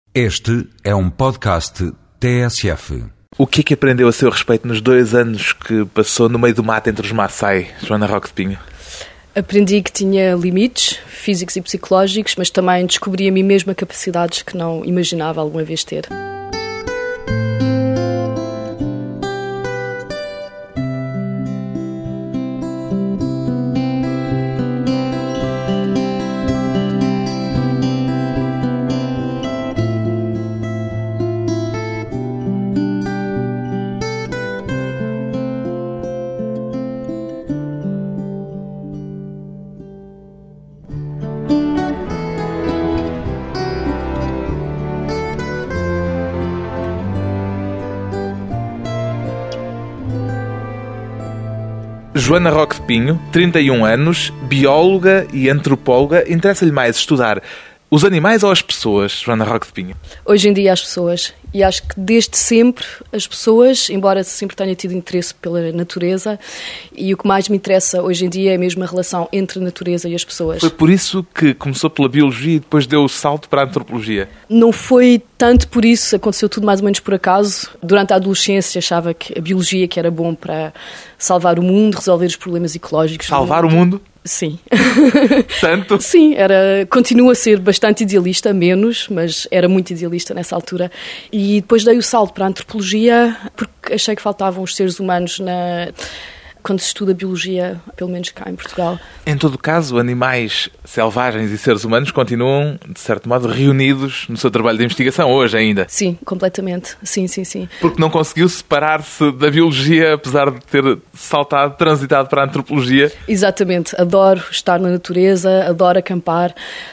Este é um podcast TSF. O que é que aprendeu a seu respeito nos 2 anos que passou no meio do mato entre os Maasai, Joana Roque de Pinho? Aprendi que tinha limites físicos e psicológicos, mas também descobri a mim mesma capacidades que não imaginava alguma vez ter. Joana Roque de Pinho, 31 anos, bióloga e antropóloga. Interessa-lhe mais estudar os animais ou as pessoas, Joana Roque de Pinho? Hoje em dia as pessoas. E acho que desde sempre as pessoas, embora sempre tenha tido interesse pela natureza, e o que mais me interessa hoje em dia é mesmo a relação entre a natureza e as pessoas. Foi por isso que começou pela biologia e depois deu o salto para a antropologia? Não foi tanto por isso, aconteceu tudo mais ou menos por acaso. Durante a adolescência achava que a biologia que era bom para salvar o mundo, resolver os problemas ecológicos. Salvar o mundo? Sim. Tanto? Sim, continua a ser bastante idealista, menos, mas era muito idealista nessa altura. E depois dei o salto para a antropologia porque achei que faltavam os seres humanos quando se estuda biologia, pelo menos cá em Portugal. Em todo caso, animais selvagens e seres humanos continuam, de certo modo, reunidos no seu trabalho de investigação, hoje ainda. Sim, completamente. Sim. Porque não conseguiu separar-se da biologia, apesar de ter transitado para a antropologia. Exatamente. Adoro estar na natureza, adoro acampar.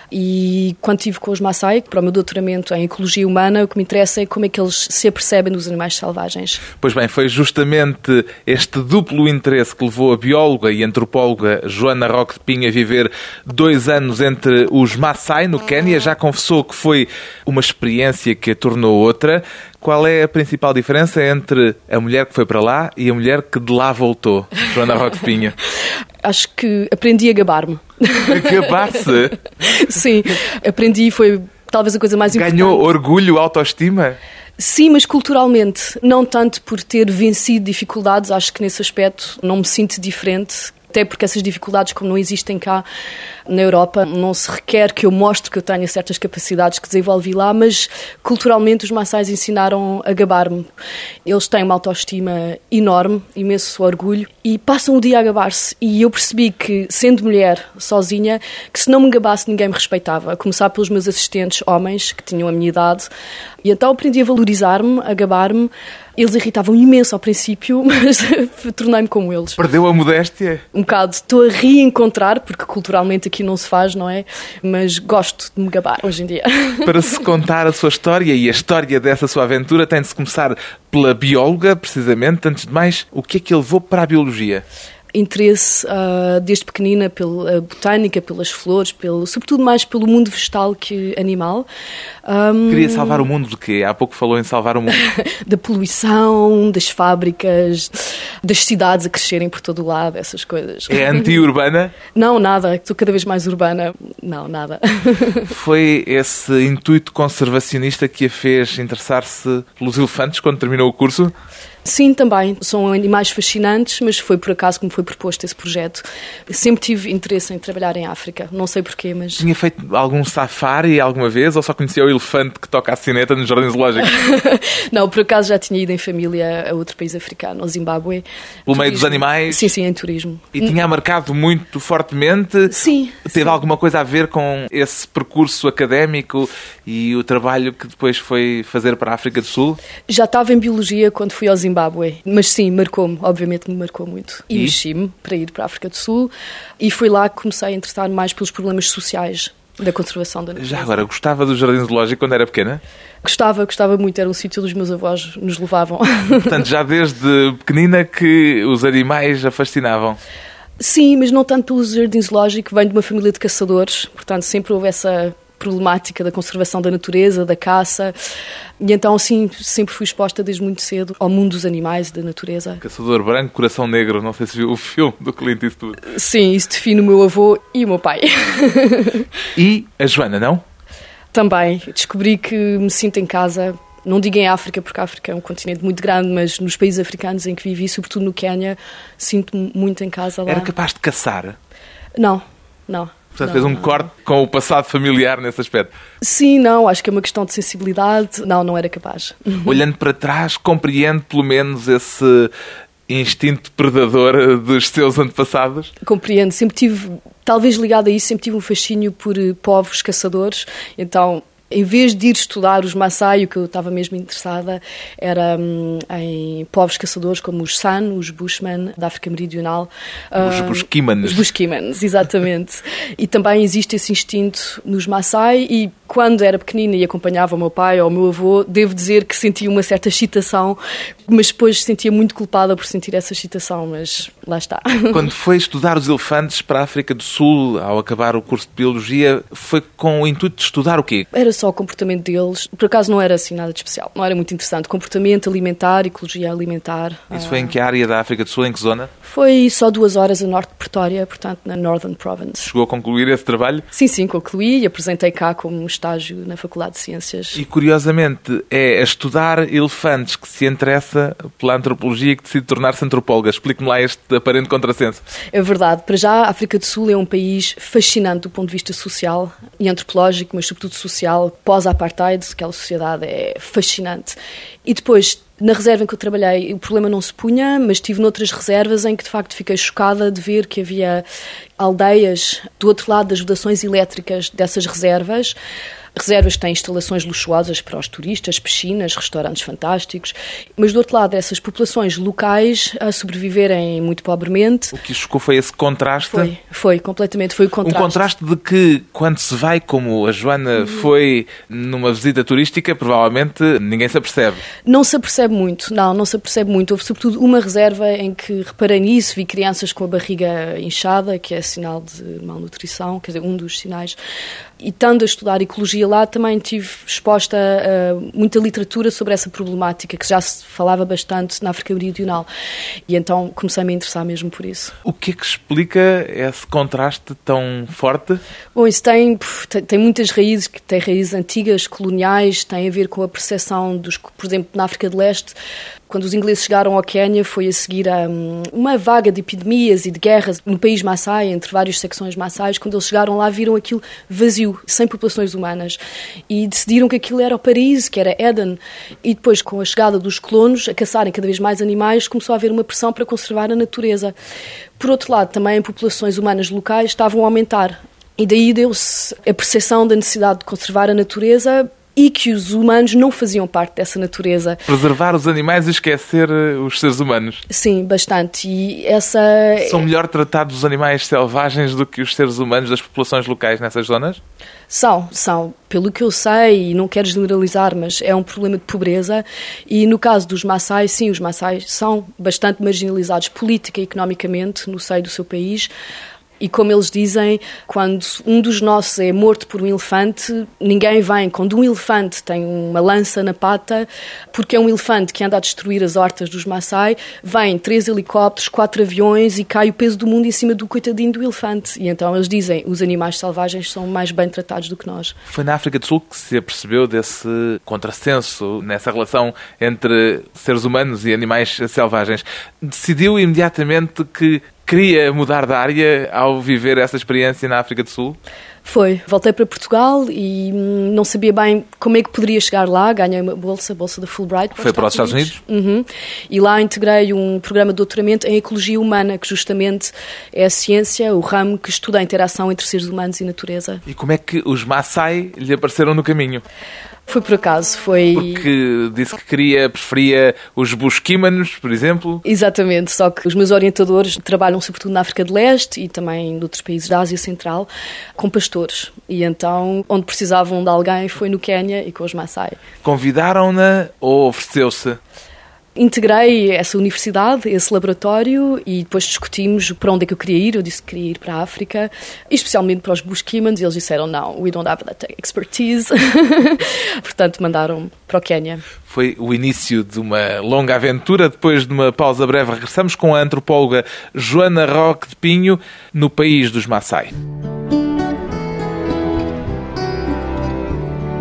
E quando estive com os Maasai, para o meu doutoramento em ecologia humana, o que me interessa é como é que eles se apercebem dos animais selvagens. Pois bem, foi justamente este duplo interesse que levou a bióloga e antropóloga Joana Roque de Pinho a viver 2 anos entre os Maasai, no Quénia. Já confessou que foi uma experiência que a tornou outra. Qual é a principal diferença entre a mulher que foi para lá e a mulher que de lá voltou, Joana Roque de Pinho? Acho que aprendi a gabar-me. Gabar-se? Sim, aprendi, foi talvez a coisa mais importante. Ganhou orgulho, autoestima? Sim, mas culturalmente, não tanto por ter vencido dificuldades, acho que nesse aspecto não me sinto diferente, até porque essas dificuldades, como não existem cá na Europa, não se requer que eu mostre que eu tenha certas capacidades que desenvolvi lá, mas culturalmente os Maasais ensinaram a gabar-me. Eles têm uma autoestima enorme, imenso orgulho, e passam o dia a gabar-se. E eu percebi que, sendo mulher, sozinha, que se não me gabasse ninguém me respeitava, a começar pelos meus assistentes homens, que tinham a minha idade. E então aprendi a valorizar-me, a gabar-me. Eles irritavam imenso ao princípio, mas tornei-me como eles. Perdeu a modéstia? Um bocado. Estou a reencontrar, porque culturalmente aqui não se faz, não é? Mas gosto de me gabar hoje em dia. Para se contar a sua história e a história dessa sua aventura, tem de se começar pela bióloga, precisamente. Antes de mais, o que é que a levou para a biologia? Interesse desde pequenina pela botânica, pelas flores, sobretudo mais pelo mundo vegetal que animal. Queria salvar o mundo de quê? Há pouco falou em salvar o mundo. Da poluição, das fábricas, das cidades a crescerem por todo o lado, essas coisas. É anti-urbana? Não, nada. Estou cada vez mais urbana. Não, nada. Foi esse intuito conservacionista que a fez interessar-se pelos elefantes quando terminou o curso? Sim, também. São animais fascinantes, mas foi por acaso que me foi proposto esse projeto. Sempre tive interesse em trabalhar em África. Não sei porquê, mas... Tinha feito algum safari alguma vez ou só conhecia o elefante que toca a sineta no Jardim Zoológico? Não, por acaso já tinha ido em família a outro país africano, ao Zimbábue. Pelo meio dos animais? Sim, em turismo. E tinha marcado muito fortemente? Sim. Teve alguma coisa a ver com esse percurso académico e o trabalho que depois foi fazer para a África do Sul? Já estava em biologia quando fui ao Zimbábue, mas sim, marcou-me, obviamente me marcou muito. E mexi-me para ir para a África do Sul e foi lá que comecei a interessar mais pelos problemas sociais da conservação da natureza. Já agora, gostava do Jardim Zoológico quando era pequena? Gostava muito, era um sítio onde os meus avós nos levavam. Portanto, já desde pequenina que os animais a fascinavam? Sim, mas não tanto pelo Jardim Zoológico, venho de uma família de caçadores, portanto sempre houve essa problemática da conservação da natureza, da caça, e então sim, sempre fui exposta desde muito cedo ao mundo dos animais e da natureza. Caçador branco, coração negro, não sei se viu o filme do Clint Eastwood. Sim, isso define o meu avô e o meu pai. E a Joana, não? Também. Descobri que me sinto em casa. Não digo em África, porque a África é um continente muito grande, mas nos países africanos em que vivi, sobretudo no Quénia, sinto-me muito em casa lá. Era capaz de caçar? Não. Portanto, fez um corte com o passado familiar nesse aspecto. Sim, não, acho que é uma questão de sensibilidade. Não era capaz. Olhando para trás, compreende pelo menos esse instinto predador dos seus antepassados? Compreendo. Sempre tive, talvez ligado a isso, sempre tive um fascínio por povos caçadores. Então, em vez de ir estudar os Maasai, o que eu estava mesmo interessada era em povos caçadores como os San, os Bushmen da África Meridional. Os Busquimanes. Os Busquimanes, exatamente. E também existe esse instinto nos Maasai e quando era pequenina e acompanhava o meu pai ou o meu avô, devo dizer que sentia uma certa excitação, mas depois sentia muito culpada por sentir essa excitação, mas lá está. Quando foi estudar os elefantes para a África do Sul, ao acabar o curso de Biologia, foi com o intuito de estudar o quê? Era só o comportamento deles. Por acaso não era assim nada de especial. Não era muito interessante. Comportamento alimentar, ecologia alimentar. Isso foi em que área da África do Sul? Em que zona? Foi só 2 horas a norte de Pretória, portanto na Northern Province. Chegou a concluir esse trabalho? Sim, concluí e apresentei cá como estágio na Faculdade de Ciências. E curiosamente é a estudar elefantes que se interessa pela antropologia e que decide tornar-se antropóloga. Explique-me lá este aparente contrassenso. É verdade. Para já, a África do Sul é um país fascinante do ponto de vista social e antropológico, mas sobretudo social. Pós-apartheid, aquela sociedade é fascinante. E depois, na reserva em que eu trabalhei, o problema não se punha, mas estive noutras reservas em que, de facto, fiquei chocada de ver que havia aldeias do outro lado das vedações elétricas dessas reservas. Reservas que têm instalações luxuosas para os turistas, piscinas, restaurantes fantásticos, mas do outro lado essas populações locais a sobreviverem muito pobremente. O que chocou foi esse contraste? Foi completamente, foi o contraste. Um contraste de que, quando se vai, como a Joana foi numa visita turística, provavelmente ninguém se apercebe. Não se apercebe muito, não se apercebe muito. Houve sobretudo uma reserva em que reparei nisso, vi crianças com a barriga inchada, que é sinal de malnutrição, quer dizer, um dos sinais. E estando a estudar ecologia lá, também estive exposta a muita literatura sobre essa problemática, que já se falava bastante na África Meridional. E então comecei-me a interessar mesmo por isso. O que é que explica esse contraste tão forte? Bom, isso tem muitas raízes, que tem raízes antigas, coloniais, tem a ver com a percepção dos, por exemplo, na África de Leste, quando os ingleses chegaram ao Quénia, foi a seguir a uma vaga de epidemias e de guerras no país Maasai, entre várias secções Maasais. Quando eles chegaram lá, viram aquilo vazio, sem populações humanas. E decidiram que aquilo era o paraíso, que era Éden. E depois, com a chegada dos colonos, a caçarem cada vez mais animais, começou a haver uma pressão para conservar a natureza. Por outro lado, também populações humanas locais estavam a aumentar. E daí deu-se a percepção da necessidade de conservar a natureza e que os humanos não faziam parte dessa natureza. Preservar os animais e esquecer os seres humanos. Sim, bastante. E essa... São melhor tratados os animais selvagens do que os seres humanos das populações locais nessas zonas? São. Pelo que eu sei, e não quero generalizar, mas é um problema de pobreza. E no caso dos Maasai, sim, os Maasai são bastante marginalizados política e economicamente no seio do seu país. E como eles dizem, quando um dos nossos é morto por um elefante, ninguém vem. Quando um elefante tem uma lança na pata, porque é um elefante que anda a destruir as hortas dos Maasai, vêm 3 helicópteros, 4 aviões e cai o peso do mundo em cima do coitadinho do elefante. E então eles dizem, os animais selvagens são mais bem tratados do que nós. Foi na África do Sul que se apercebeu desse contrassenso, nessa relação entre seres humanos e animais selvagens. Decidiu imediatamente que queria mudar de área ao viver essa experiência na África do Sul? Foi. Voltei para Portugal e não sabia bem como é que poderia chegar lá. Ganhei uma bolsa da Fulbright. Foi para os Estados Unidos? Uhum. E lá integrei um programa de doutoramento em Ecologia Humana, que justamente é a ciência, o ramo que estuda a interação entre seres humanos e natureza. E como é que os Maasai lhe apareceram no caminho? Foi por acaso, foi... Porque disse que preferia os busquímanos, por exemplo. Exatamente, só que os meus orientadores trabalham sobretudo na África de Leste e também em outros países da Ásia Central, com pastores. E então, onde precisavam de alguém foi no Quénia e com os Maasai. Convidaram-na ou ofereceu-se? Integrei essa universidade, esse laboratório e depois discutimos para onde é que eu queria ir. Eu disse que queria ir para a África, especialmente para os Busquimans, e eles disseram, não, we don't have that expertise. Portanto, mandaram para o Quénia. Foi o início de uma longa aventura. Depois de uma pausa breve, regressamos com a antropóloga Joana Roque de Pinho, no país dos Maasai.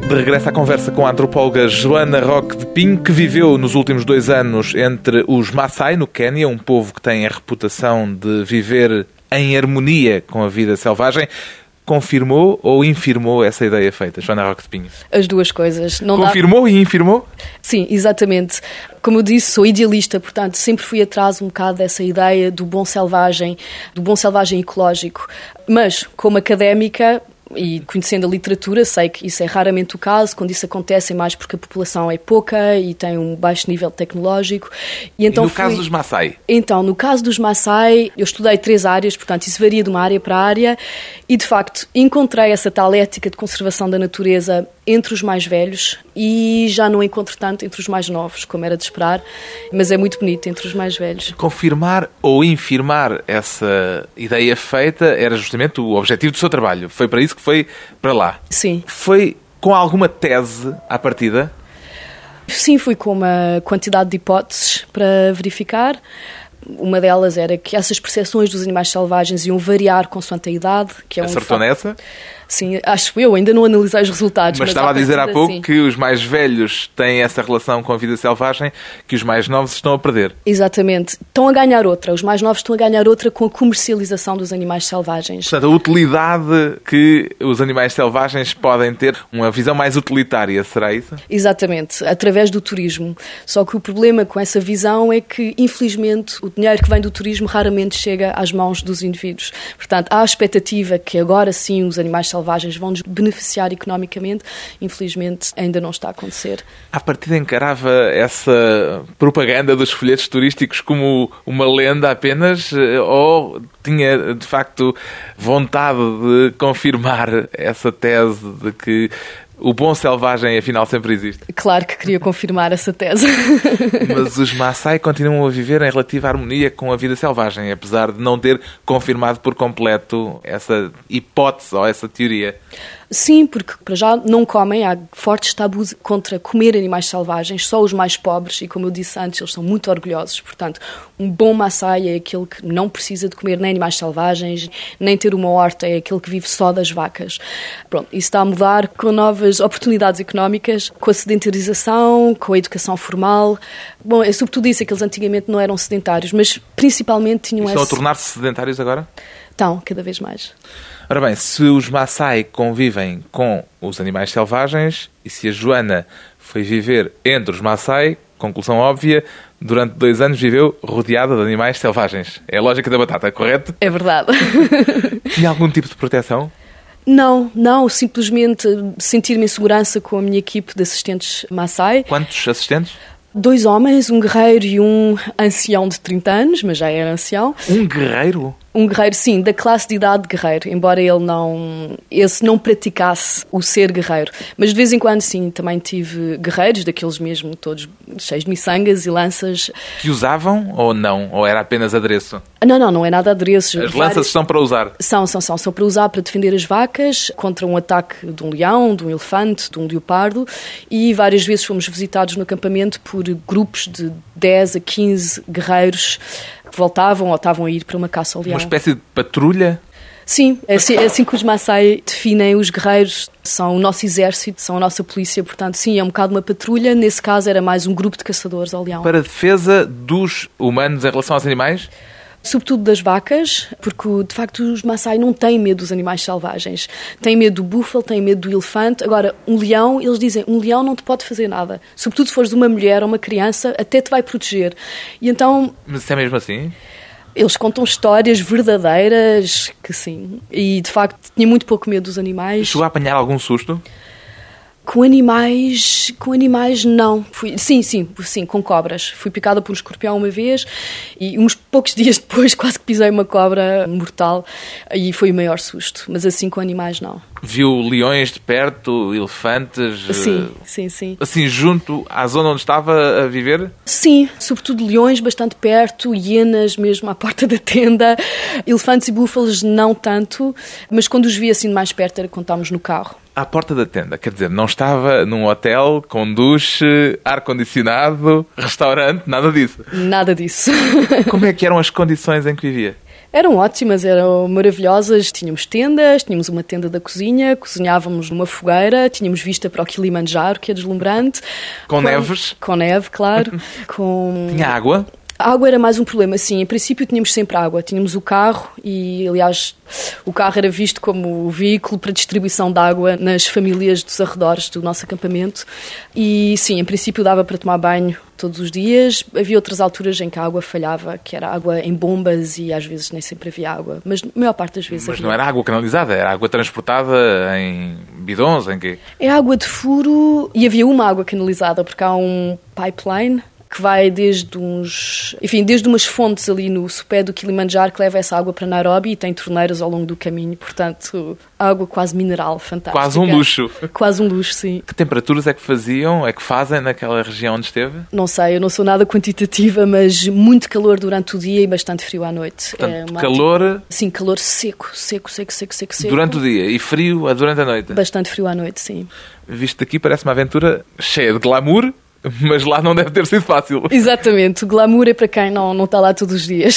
De regresso à conversa com a antropóloga Joana Roque de Pinho, que viveu nos últimos 2 anos entre os Maasai, no Quénia, um povo que tem a reputação de viver em harmonia com a vida selvagem. Confirmou ou infirmou essa ideia feita, Joana Roque de Pinho? As duas coisas. Confirmou e infirmou? Sim, exatamente. Como eu disse, sou idealista, portanto, sempre fui atrás um bocado dessa ideia do bom selvagem ecológico. Mas, como académica, e conhecendo a literatura, sei que isso é raramente o caso. Quando isso acontece é mais porque a população é pouca e tem um baixo nível tecnológico. E então, caso dos Maasai? Então, no caso dos Maasai, eu estudei 3 áreas, portanto, isso varia de uma área para área, e, de facto, encontrei essa tal ética de conservação da natureza entre os mais velhos e já não encontro tanto entre os mais novos, como era de esperar, mas é muito bonito entre os mais velhos. Confirmar ou infirmar essa ideia feita era justamente o objetivo do seu trabalho. Foi para isso que foi para lá. Sim. Foi com alguma tese à partida? Sim, fui com uma quantidade de hipóteses para verificar. Uma delas era que essas percepções dos animais selvagens iam variar consoante a idade. Que é Acertou nessa? Sim, acho eu, ainda não analisei os resultados. Mas estava a dizer há pouco que os mais velhos têm essa relação com a vida selvagem que os mais novos estão a perder. Exatamente. Estão a ganhar outra. Os mais novos estão a ganhar outra com a comercialização dos animais selvagens. Portanto, a utilidade que os animais selvagens podem ter, uma visão mais utilitária, será isso? Exatamente, através do turismo. Só que o problema com essa visão é que, infelizmente, o dinheiro que vem do turismo raramente chega às mãos dos indivíduos. Portanto, há a expectativa que agora sim os animais selvagens vão nos beneficiar economicamente. Infelizmente, ainda não está a acontecer. À partida encarava essa propaganda dos folhetos turísticos como uma lenda apenas, ou tinha, de facto, vontade de confirmar essa tese de que o bom selvagem, afinal, sempre existe? Claro que queria confirmar essa tese. Mas os Maasai continuam a viver em relativa harmonia com a vida selvagem, apesar de não ter confirmado por completo essa hipótese ou essa teoria. Sim, porque para já não comem, há fortes tabus contra comer animais selvagens, só os mais pobres, e como eu disse antes, eles são muito orgulhosos. Portanto, um bom Maasai é aquele que não precisa de comer nem animais selvagens, nem ter uma horta, é aquele que vive só das vacas. Pronto, isso está a mudar com novas oportunidades económicas, com a sedentarização, com a educação formal. Bom, é sobretudo isso, é que eles antigamente não eram sedentários, mas principalmente tinham Estão a tornar-se sedentários agora? Estão, cada vez mais. Ora bem, se os Maasai convivem com os animais selvagens e se a Joana foi viver entre os Maasai, conclusão óbvia, durante 2 anos viveu rodeada de animais selvagens. É a lógica da batata, correto? É verdade. Tinha algum tipo de proteção? Não, simplesmente sentir-me em segurança com a minha equipe de assistentes Maasai. Quantos assistentes? 2 homens, um guerreiro e um ancião de 30 anos, mas já era ancião. Um guerreiro? Um guerreiro, sim, da classe de idade de guerreiro, embora ele não praticasse o ser guerreiro. Mas de vez em quando, sim, também tive guerreiros, daqueles mesmo, todos cheios de miçangas e lanças. Que usavam ou não? Ou era apenas adereço? Não é nada adereço. As lanças são para usar? São para usar para defender as vacas contra um ataque de um leão, de um elefante, de um leopardo, e várias vezes fomos visitados no acampamento por grupos de 10 a 15 guerreiros que voltavam ou estavam a ir para uma caça ao leão. Uma espécie de patrulha? Sim, é assim que os Maasai definem os guerreiros, são o nosso exército, são a nossa polícia, portanto, sim, é um bocado uma patrulha, nesse caso era mais um grupo de caçadores ao leão. Para a defesa dos humanos em relação aos animais? Sobretudo das vacas, porque de facto os Maasai não têm medo dos animais selvagens. Têm medo do búfalo, têm medo do elefante. Agora, um leão, eles dizem, um leão não te pode fazer nada. Sobretudo se fores uma mulher ou uma criança, até te vai proteger. E então... Mas isso é mesmo assim? Eles contam histórias verdadeiras, que sim. E de facto tinha muito pouco medo dos animais. Chegou a apanhar algum susto? Com animais não. Sim, com cobras. Fui picada por um escorpião uma vez e uns poucos dias depois quase que pisei uma cobra mortal e foi o maior susto. Mas assim com animais não. Viu leões de perto, elefantes? Sim. Assim junto à zona onde estava a viver? Sim, sobretudo leões bastante perto, hienas mesmo à porta da tenda, elefantes e búfalos não tanto, mas quando os vi assim de mais perto era quando estávamos no carro. À porta da tenda, quer dizer, não estava num hotel com duche, ar-condicionado, restaurante, nada disso? Nada disso. Como é que eram as condições em que vivia? Eram ótimas, eram maravilhosas. Tínhamos tendas, tínhamos uma tenda da cozinha, cozinhávamos numa fogueira, tínhamos vista para o Kilimanjaro, que é deslumbrante. Com neves? Com neve, claro. Tinha água? A água era mais um problema, sim. Em princípio tínhamos sempre água. Tínhamos o carro e, aliás, o carro era visto como o veículo para distribuição de água nas famílias dos arredores do nosso acampamento. E, sim, em princípio dava para tomar banho todos os dias. Havia outras alturas em que a água falhava, que era água em bombas e às vezes nem sempre havia água. Mas a maior parte das vezes Mas havia. não era água canalizada, era água transportada em bidons, em quê? É água de furo e havia uma água canalizada, porque há um pipeline que vai desde umas fontes ali no sopé do Kilimanjaro que leva essa água para Nairobi e tem torneiras ao longo do caminho, portanto, água quase mineral, fantástica. Quase um luxo. Quase um luxo, sim. Que temperaturas é que fazem naquela região onde esteve? Não sei, eu não sou nada quantitativa, mas muito calor durante o dia e bastante frio à noite. Portanto, calor... Sim, calor seco. Durante o dia e frio durante a noite? Bastante frio à noite, sim. Visto daqui parece uma aventura cheia de glamour, mas lá não deve ter sido fácil. Exatamente, o glamour é para quem não está lá todos os dias.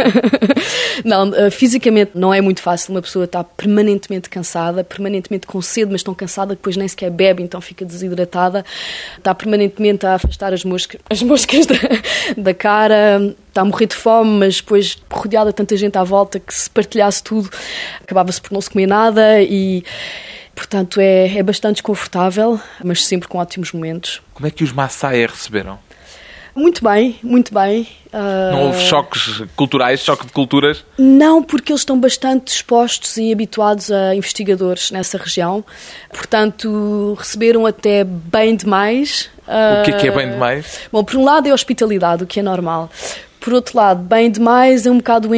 Não, fisicamente não é muito fácil, uma pessoa está permanentemente cansada, permanentemente com sede, mas tão cansada que depois nem sequer bebe, então fica desidratada, está permanentemente a afastar as moscas da cara, está a morrer de fome, mas depois rodeada de tanta gente à volta que se partilhasse tudo, acabava-se por não se comer nada e... Portanto, é bastante desconfortável, mas sempre com ótimos momentos. Como é que os Maasai a receberam? Muito bem, muito bem. Não houve choques culturais, choque de culturas? Não, porque eles estão bastante expostos e habituados a investigadores nessa região. Portanto, receberam até bem demais. O que é bem demais? Bom, por um lado é a hospitalidade, o que é normal. Por outro lado, bem demais é um bocado o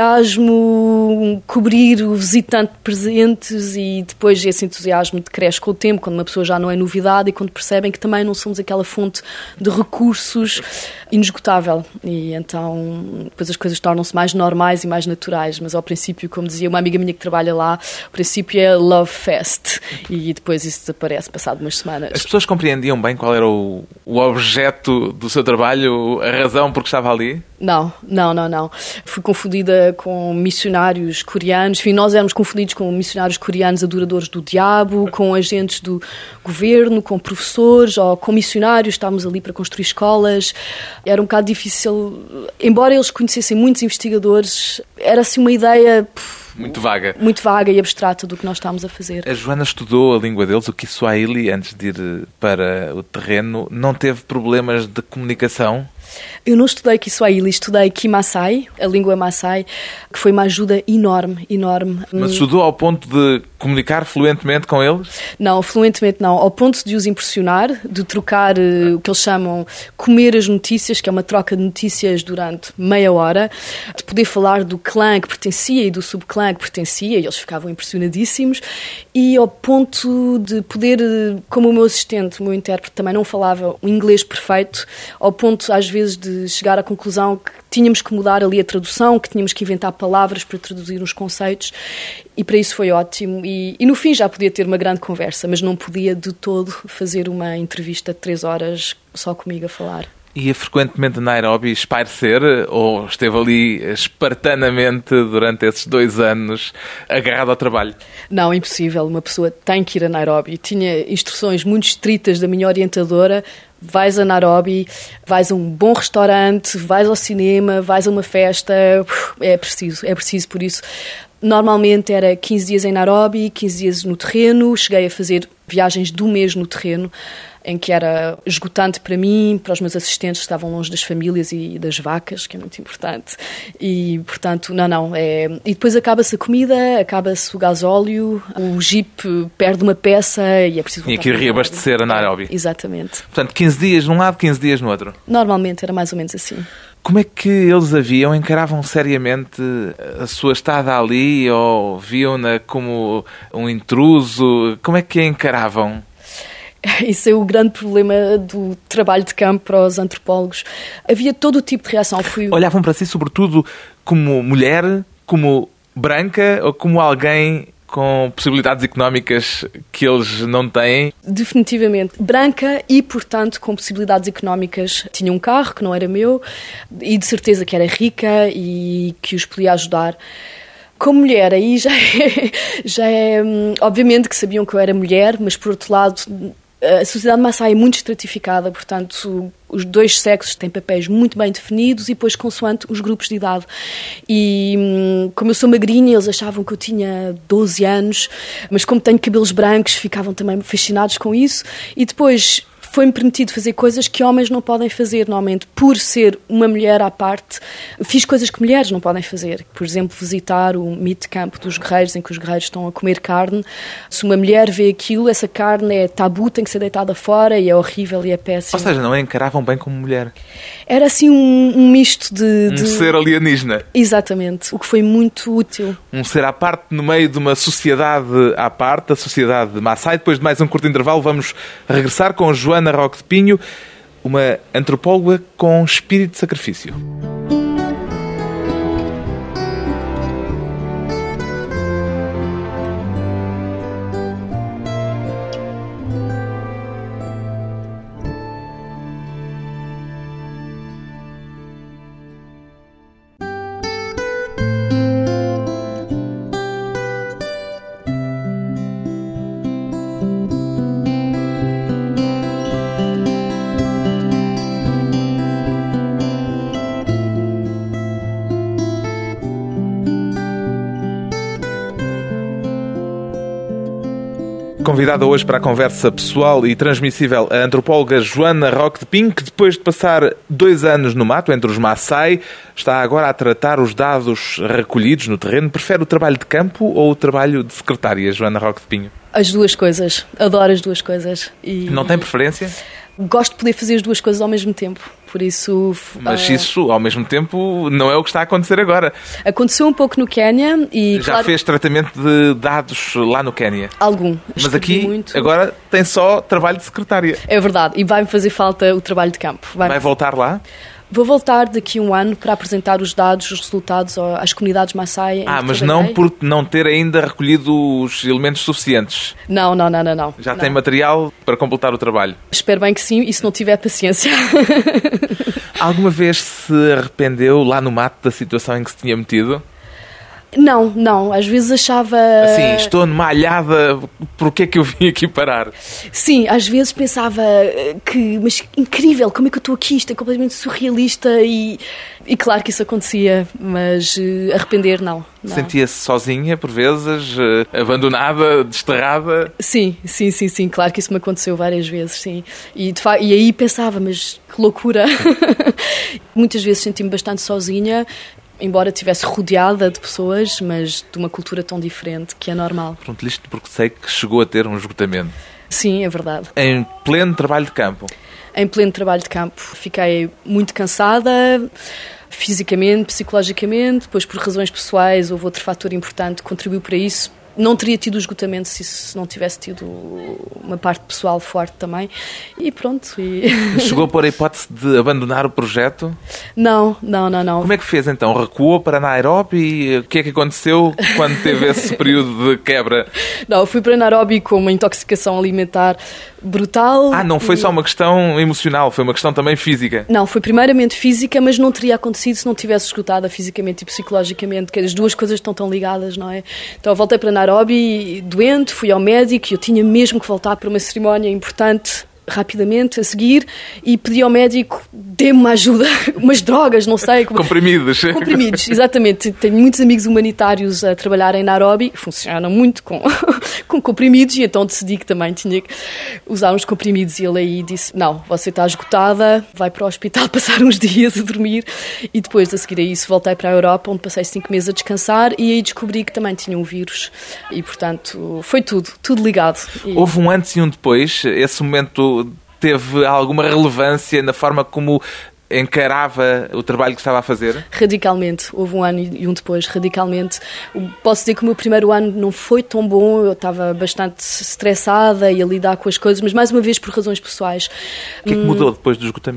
entusiasmo, cobrir o visitante presentes e depois esse entusiasmo decresce com o tempo, quando uma pessoa já não é novidade e quando percebem que também não somos aquela fonte de recursos inesgotável. E então depois as coisas tornam-se mais normais e mais naturais, mas ao princípio, como dizia uma amiga minha que trabalha lá, o princípio é Love Fest e depois isso desaparece passado umas semanas. As pessoas compreendiam bem qual era o objeto do seu trabalho, a razão por que estava ali? Não. Fui confundida com missionários coreanos. Enfim, nós éramos confundidos com missionários coreanos adoradores do diabo, com agentes do governo, com professores ou com missionários. Estávamos ali para construir escolas. Era um bocado difícil. Embora eles conhecessem muitos investigadores, era assim uma ideia... Muito vaga. Muito vaga e abstrata do que nós estávamos a fazer. A Joana estudou a língua deles, o Kiswahili, antes de ir para o terreno. Não teve problemas de comunicação? Eu não estudei Kiswahili, estudei Kimasai, a língua Maasai, que foi uma ajuda enorme. Mas estudou ao ponto de comunicar fluentemente com eles? Não, fluentemente não. Ao ponto de os impressionar, de trocar o que eles chamam comer as notícias, que é uma troca de notícias durante meia hora, de poder falar do clã que pertencia e do subclã que pertencia, e eles ficavam impressionadíssimos, e ao ponto de poder, como o meu assistente, o meu intérprete, também não falava o inglês perfeito, ao ponto, às vezes, de chegar à conclusão que tínhamos que mudar ali a tradução, que tínhamos que inventar palavras para traduzir os conceitos, e para isso foi ótimo. E no fim já podia ter uma grande conversa, mas não podia de todo fazer uma entrevista de 3 horas só comigo a falar. Ia frequentemente a Nairobi espairecer ou esteve ali espartanamente durante esses 2 anos agarrado ao trabalho? Não, impossível. Uma pessoa tem que ir a Nairobi. Tinha instruções muito estritas da minha orientadora. Vais a Nairobi, vais a um bom restaurante, vais ao cinema, vais a uma festa. É preciso por isso. Normalmente era 15 dias em Nairobi, 15 dias no terreno. Cheguei a fazer viagens de um mês no terreno, em que era esgotante para mim, para os meus assistentes que estavam longe das famílias e das vacas, que é muito importante. E, portanto, E depois acaba-se a comida, acaba-se o gasóleo, o jeep perde uma peça e é preciso voltar. Tinha que ir reabastecer a Nairobi. Exatamente. Portanto, 15 dias num lado, 15 dias no outro. Normalmente era mais ou menos assim. Como é que eles a viam? Encaravam seriamente a sua estada ali ou viam-na como um intruso? Como é que a encaravam? Isso é o grande problema do trabalho de campo para os antropólogos. Havia todo o tipo de reação. Olhavam para si, sobretudo, como mulher, como branca ou como alguém com possibilidades económicas que eles não têm? Definitivamente. Branca e, portanto, com possibilidades económicas. Tinha um carro que não era meu e de certeza que era rica e que os podia ajudar. Como mulher, aí já é obviamente que sabiam que eu era mulher, mas por outro lado, a sociedade Maasai é muito estratificada, portanto, os dois sexos têm papéis muito bem definidos e depois consoante os grupos de idade. E como eu sou magrinha, eles achavam que eu tinha 12 anos, mas como tenho cabelos brancos, ficavam também fascinados com isso. E depois foi-me permitido fazer coisas que homens não podem fazer, normalmente, por ser uma mulher à parte. Fiz coisas que mulheres não podem fazer. Por exemplo, visitar o meat camp dos guerreiros, em que os guerreiros estão a comer carne. Se uma mulher vê aquilo, essa carne é tabu, tem que ser deitada fora e é horrível e é péssimo. Ou seja, não a encaravam bem como mulher. Era assim um misto de... Um ser alienígena. Exatamente, o que foi muito útil. Um ser à parte no meio de uma sociedade à parte, a sociedade Maasai. Depois de mais um curto intervalo, vamos regressar com Joana Roque de Pinho, uma antropóloga com espírito de sacrifício. Convidada hoje para a conversa pessoal e transmissível a antropóloga Joana Roque de Pinho, que depois de passar 2 anos no mato entre os Maasai, está agora a tratar os dados recolhidos no terreno. Prefere o trabalho de campo ou o trabalho de secretária, Joana Roque de Pinho? As duas coisas. Adoro as duas coisas. E não tem preferência? gosto de poder fazer as duas coisas ao mesmo tempo. Por isso... Mas isso, ao mesmo tempo, não é o que está a acontecer agora. Aconteceu um pouco no Quénia e... Já fez tratamento de dados lá no Quénia? Algum. Mas aqui, agora, tem só trabalho de secretária. É verdade. E vai-me fazer falta o trabalho de campo. Vai voltar lá? Vou voltar daqui a um ano para apresentar os dados, os resultados às comunidades Maasai. Mas não por não ter ainda recolhido os elementos suficientes? Não. Já tem material para completar o trabalho? Espero bem que sim, e se não tiver paciência. Alguma vez se arrependeu lá no mato da situação em que se tinha metido? Não. Às vezes achava... Assim, estou numa alhada, porquê é que eu vim aqui parar? Sim, às vezes pensava que... Mas incrível, como é que eu estou aqui? Isto é completamente surrealista e claro que isso acontecia, mas arrepender, não. Sentia-se sozinha, por vezes, abandonada, desterrada? Sim, claro que isso me aconteceu várias vezes, sim. E aí pensava, mas que loucura. Muitas vezes senti-me bastante sozinha, embora estivesse rodeada de pessoas, mas de uma cultura tão diferente, que é normal. Pergunto-lhe isto porque sei que chegou a ter um esgotamento. Sim, é verdade. Em pleno trabalho de campo? Em pleno trabalho de campo. Fiquei muito cansada, fisicamente, psicologicamente, depois por razões pessoais houve outro fator importante que contribuiu para isso. Não teria tido esgotamento se não tivesse tido uma parte pessoal forte também. E pronto. Chegou a pôr a hipótese de abandonar o projeto? Não. Como é que fez então? Recuou para Nairobi? O que é que aconteceu quando teve esse período de quebra? Não, fui para Nairobi com uma intoxicação alimentar brutal. Não foi só uma questão emocional, foi uma questão também física? Não, foi primeiramente física, mas não teria acontecido se não tivesse esgotada fisicamente e psicologicamente, que as duas coisas estão tão ligadas, não é? Então eu voltei para Nairobi doente, fui ao médico e eu tinha mesmo que voltar para uma cerimónia importante rapidamente a seguir e pedi ao médico, dê-me uma ajuda, umas drogas, não sei. Comprimidos, exatamente. Tenho muitos amigos humanitários a trabalhar em Nairobi, funcionam muito com comprimidos, e então decidi que também tinha que usar uns comprimidos, e ele aí disse, não, você está esgotada, vai para o hospital passar uns dias a dormir, e depois a seguir a isso voltei para a Europa, onde passei 5 meses a descansar, e aí descobri que também tinha um vírus, e portanto foi tudo ligado. Houve um antes e um depois, esse momento teve alguma relevância na forma como encarava o trabalho que estava a fazer? Radicalmente. Houve um ano e um depois, radicalmente. Posso dizer que o meu primeiro ano não foi tão bom, eu estava bastante estressada e a lidar com as coisas, mas mais uma vez por razões pessoais. O que é que mudou depois do esgotamento?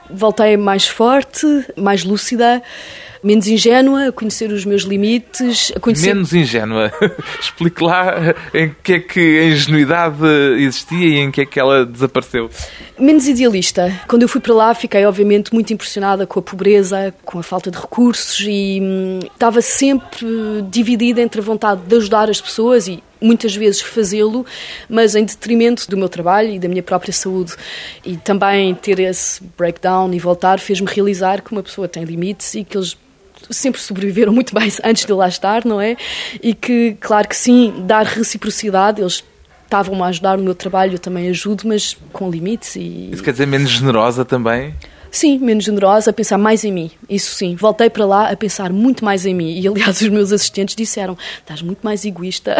Voltei mais forte, mais lúcida, menos ingênua, a conhecer os meus limites. Menos ingênua? Explique lá em que é que a ingenuidade existia e em que é que ela desapareceu. Menos idealista. Quando eu fui para lá, fiquei obviamente muito impressionada com a pobreza, com a falta de recursos e estava sempre dividida entre a vontade de ajudar as pessoas e muitas vezes fazê-lo, mas em detrimento do meu trabalho e da minha própria saúde. E também ter esse breakdown e voltar fez-me realizar que uma pessoa tem limites e que eles sempre sobreviveram muito bem antes de lá estar, não é? E que, claro que sim, dar reciprocidade, eles estavam a ajudar no meu trabalho, eu também ajudo, mas com limites. Isso quer dizer menos generosa também? Sim, menos generosa, a pensar mais em mim, isso sim. Voltei para lá a pensar muito mais em mim e, aliás, os meus assistentes disseram, estás muito mais egoísta.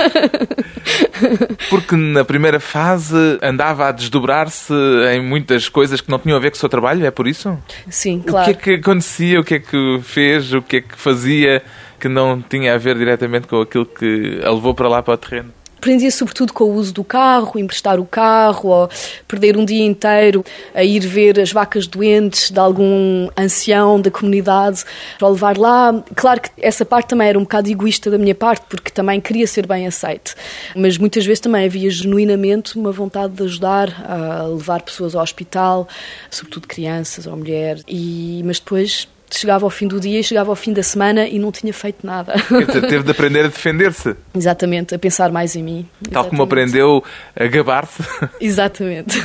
Porque na primeira fase andava a desdobrar-se em muitas coisas que não tinham a ver com o seu trabalho, é por isso? Sim, claro. O que é que acontecia, o que é que fez, o que é que fazia que não tinha a ver diretamente com aquilo que a levou para lá, para o terreno? Aprendia sobretudo com o uso do carro, emprestar o carro, ou perder um dia inteiro a ir ver as vacas doentes de algum ancião da comunidade para o levar lá. Claro que essa parte também era um bocado egoísta da minha parte, porque também queria ser bem aceite. Mas muitas vezes também havia genuinamente uma vontade de ajudar a levar pessoas ao hospital, sobretudo crianças ou mulheres. Mas depois chegava ao fim do dia, chegava ao fim da semana e não tinha feito nada. Quer dizer, teve de aprender a defender-se. Exatamente, a pensar mais em mim. Tal como aprendeu a gabar-se. Exatamente.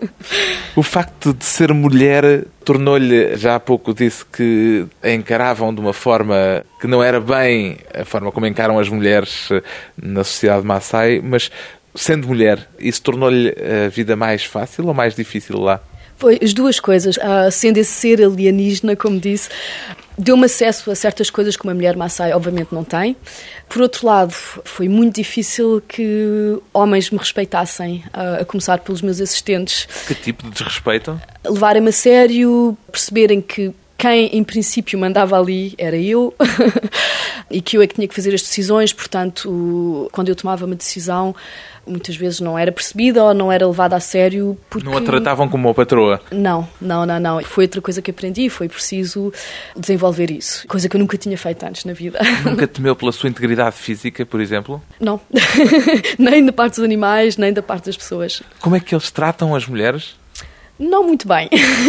O facto de ser mulher tornou-lhe, já há pouco disse que a encaravam de uma forma que não era bem a forma como encaram as mulheres na sociedade Maasai, mas sendo mulher, isso tornou-lhe a vida mais fácil ou mais difícil lá? Foi as duas coisas. Sendo esse ser alienígena, como disse, deu-me acesso a certas coisas que uma mulher Maasai obviamente não tem. Por outro lado, foi muito difícil que homens me respeitassem, a começar pelos meus assistentes. Que tipo de desrespeito? Levarem-me a sério, perceberem que quem, em princípio, mandava ali era eu e que eu é que tinha que fazer as decisões. Portanto, quando eu tomava uma decisão, muitas vezes não era percebida ou não era levada a sério. Porque não a tratavam como uma patroa? Não. Foi outra coisa que aprendi, foi preciso desenvolver isso. Coisa que eu nunca tinha feito antes na vida. Nunca temeu pela sua integridade física, por exemplo? Não. Nem da parte dos animais, nem da parte das pessoas. Como é que eles tratam as mulheres? Não muito bem.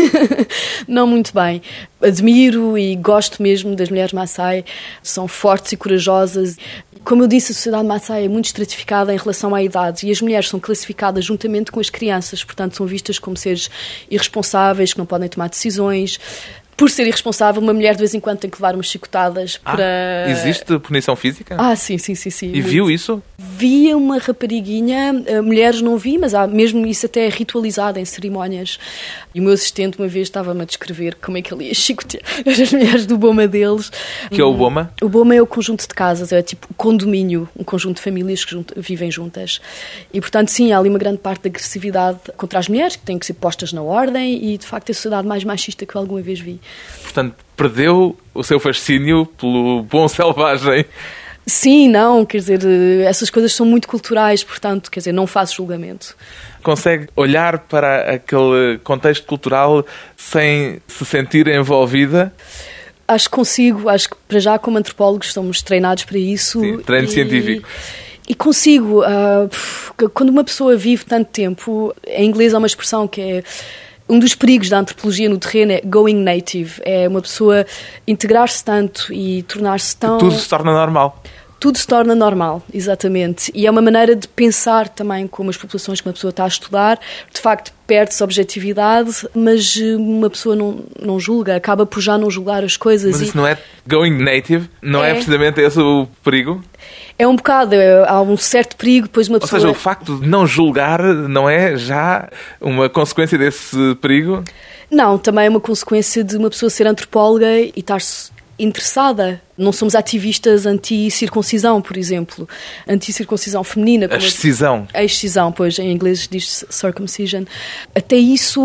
Não muito bem. Admiro e gosto mesmo das mulheres Maasai. São fortes e corajosas. Como eu disse, a sociedade Maasai é muito estratificada em relação à idade e as mulheres são classificadas juntamente com as crianças. Portanto, são vistas como seres irresponsáveis, que não podem tomar decisões. Por ser irresponsável, uma mulher de vez em quando tem que levar umas chicotadas para... Existe punição física? Sim. E muito. viu isso? Via uma rapariguinha, mulheres não vi, mas há mesmo isso até ritualizado em cerimónias. E o meu assistente uma vez estava-me a descrever como é que ele ia chicotear as mulheres do boma deles. Que é o boma? O boma é o conjunto de casas, é tipo o condomínio, um conjunto de famílias que vivem juntas. E, portanto, sim, há ali uma grande parte de agressividade contra as mulheres, que têm que ser postas na ordem e, de facto, é a sociedade mais machista que eu alguma vez vi. Portanto, perdeu o seu fascínio pelo bom selvagem. Sim, não, quer dizer, essas coisas são muito culturais, portanto, quer dizer, não faço julgamento. Consegue olhar para aquele contexto cultural sem se sentir envolvida? Acho que consigo, acho que para já como antropólogos somos treinados para isso. Sim, treino científico. E consigo, quando uma pessoa vive tanto tempo, em inglês há uma expressão que é... Um dos perigos da antropologia no terreno é going native. É uma pessoa integrar-se tanto e tornar-se tão... Tudo se torna normal. Tudo se torna normal, exatamente. E é uma maneira de pensar também como as populações que uma pessoa está a estudar. De facto, perde-se objetividade, mas uma pessoa não julga, acaba por já não julgar as coisas. Mas isso não é going native? Não é precisamente esse o perigo? É um bocado, há um certo perigo, depois uma pessoa... Ou seja, o facto de não julgar não é já uma consequência desse perigo? Não, também é uma consequência de uma pessoa ser antropóloga e estar-se interessada. Não somos ativistas anti-circuncisão, por exemplo. Anti-circuncisão feminina. A excisão. A excisão, pois, em inglês diz circumcision. Até isso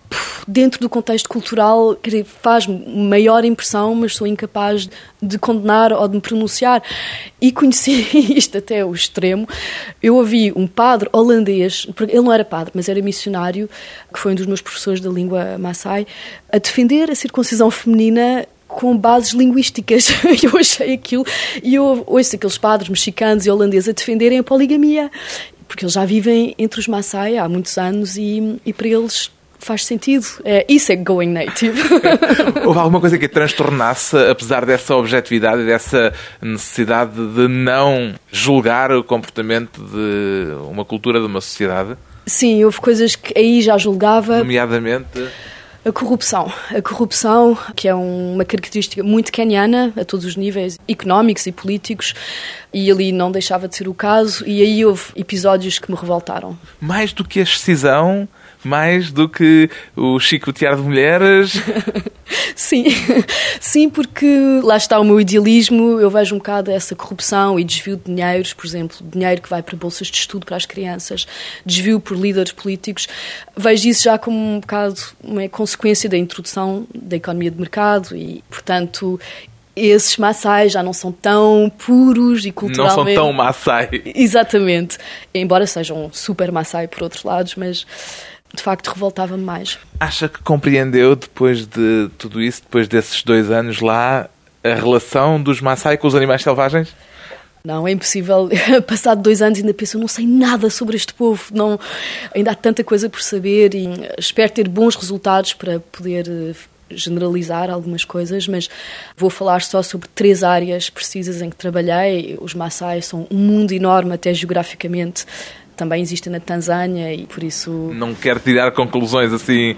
dentro do contexto cultural, faz maior impressão, mas sou incapaz de condenar ou de me pronunciar. E conheci isto até o extremo. Eu ouvi um padre holandês, ele não era padre, mas era missionário, que foi um dos meus professores da língua Maasai, a defender a circuncisão feminina com bases linguísticas. Eu achei aquilo, e eu ouço aqueles padres mexicanos e holandeses a defenderem a poligamia, porque eles já vivem entre os Maasai há muitos anos e para eles faz sentido. Isso é going native. Houve alguma coisa que a transtornasse, apesar dessa objetividade e dessa necessidade de não julgar o comportamento de uma cultura, de uma sociedade? Sim, houve coisas que aí já julgava. Nomeadamente a corrupção. A corrupção, que é uma característica muito queniana, a todos os níveis, económicos e políticos, e ali não deixava de ser o caso, e aí houve episódios que me revoltaram. Mais do que a excisão, mais do que o chicotear de mulheres? Sim, sim, porque lá está o meu idealismo, eu vejo um bocado essa corrupção e desvio de dinheiros, por exemplo, dinheiro que vai para bolsas de estudo para as crianças, desvio por líderes políticos, vejo isso já como um bocado uma consequência da introdução da economia de mercado e, portanto, esses Maasai já não são tão puros e culturalmente... Não são tão Maasai. Exatamente, embora sejam super Maasai por outros lados, mas... de facto, revoltava-me mais. Acha que compreendeu, depois de tudo isso, depois desses 2 anos lá, a relação dos Maasai com os animais selvagens? Não, é impossível. Passado 2 anos ainda penso, eu não sei nada sobre este povo. Não, ainda há tanta coisa por saber e espero ter bons resultados para poder generalizar algumas coisas, mas vou falar só sobre 3 áreas precisas em que trabalhei. Os Maasai são um mundo enorme, até geograficamente. Também existem na Tanzânia e por isso... Não quero tirar conclusões assim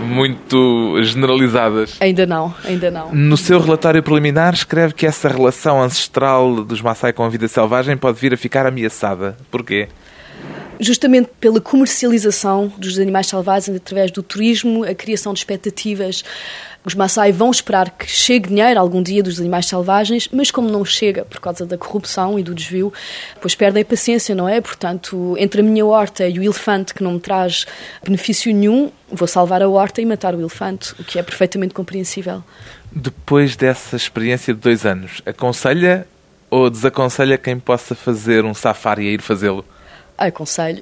muito generalizadas. Ainda não. No seu relatório preliminar escreve que essa relação ancestral dos Maasai com a vida selvagem pode vir a ficar ameaçada. Porquê? Justamente pela comercialização dos animais selvagens através do turismo, a criação de expectativas. Os Maasai vão esperar que chegue dinheiro algum dia dos animais selvagens, mas como não chega por causa da corrupção e do desvio, pois perdem a paciência, não é? Portanto, entre a minha horta e o elefante que não me traz benefício nenhum, vou salvar a horta e matar o elefante, o que é perfeitamente compreensível. Depois dessa experiência de 2 anos, aconselha ou desaconselha quem possa fazer um safari a ir fazê-lo? Aconselho,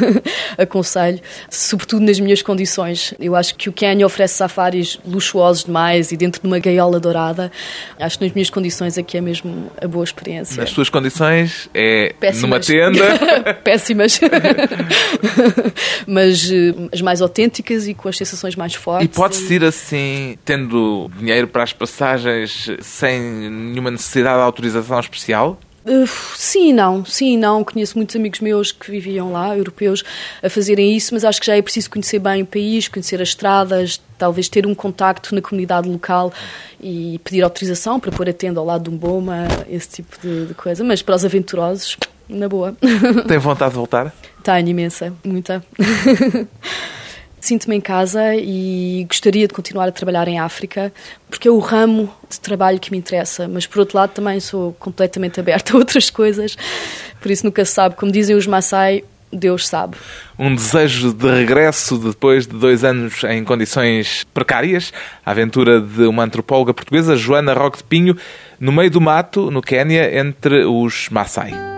sobretudo nas minhas condições. Eu acho que o Quênia oferece safaris luxuosos demais e dentro de uma gaiola dourada. Acho que nas minhas condições aqui é mesmo a boa experiência. Nas suas condições é péssimas. Numa tenda? Péssimas. Mas as mais autênticas e com as sensações mais fortes. E pode-se ir assim, tendo dinheiro para as passagens, sem nenhuma necessidade de autorização especial? Sim e não. Conheço muitos amigos meus que viviam lá, europeus, a fazerem isso, mas acho que já é preciso conhecer bem o país, conhecer as estradas, talvez ter um contacto na comunidade local e pedir autorização para pôr a tenda ao lado de um boma, esse tipo de coisa. Mas para os aventurosos, na boa. Tem vontade de voltar? Tenho imensa, muita. Sinto-me em casa e gostaria de continuar a trabalhar em África, porque é o ramo de trabalho que me interessa, mas por outro lado também sou completamente aberta a outras coisas, por isso nunca se sabe. Como dizem os Maasai, Deus sabe. Um desejo de regresso depois de 2 anos em condições precárias, a aventura de uma antropóloga portuguesa, Joana Roque de Pinho, no meio do mato, no Quénia, entre os Maasai.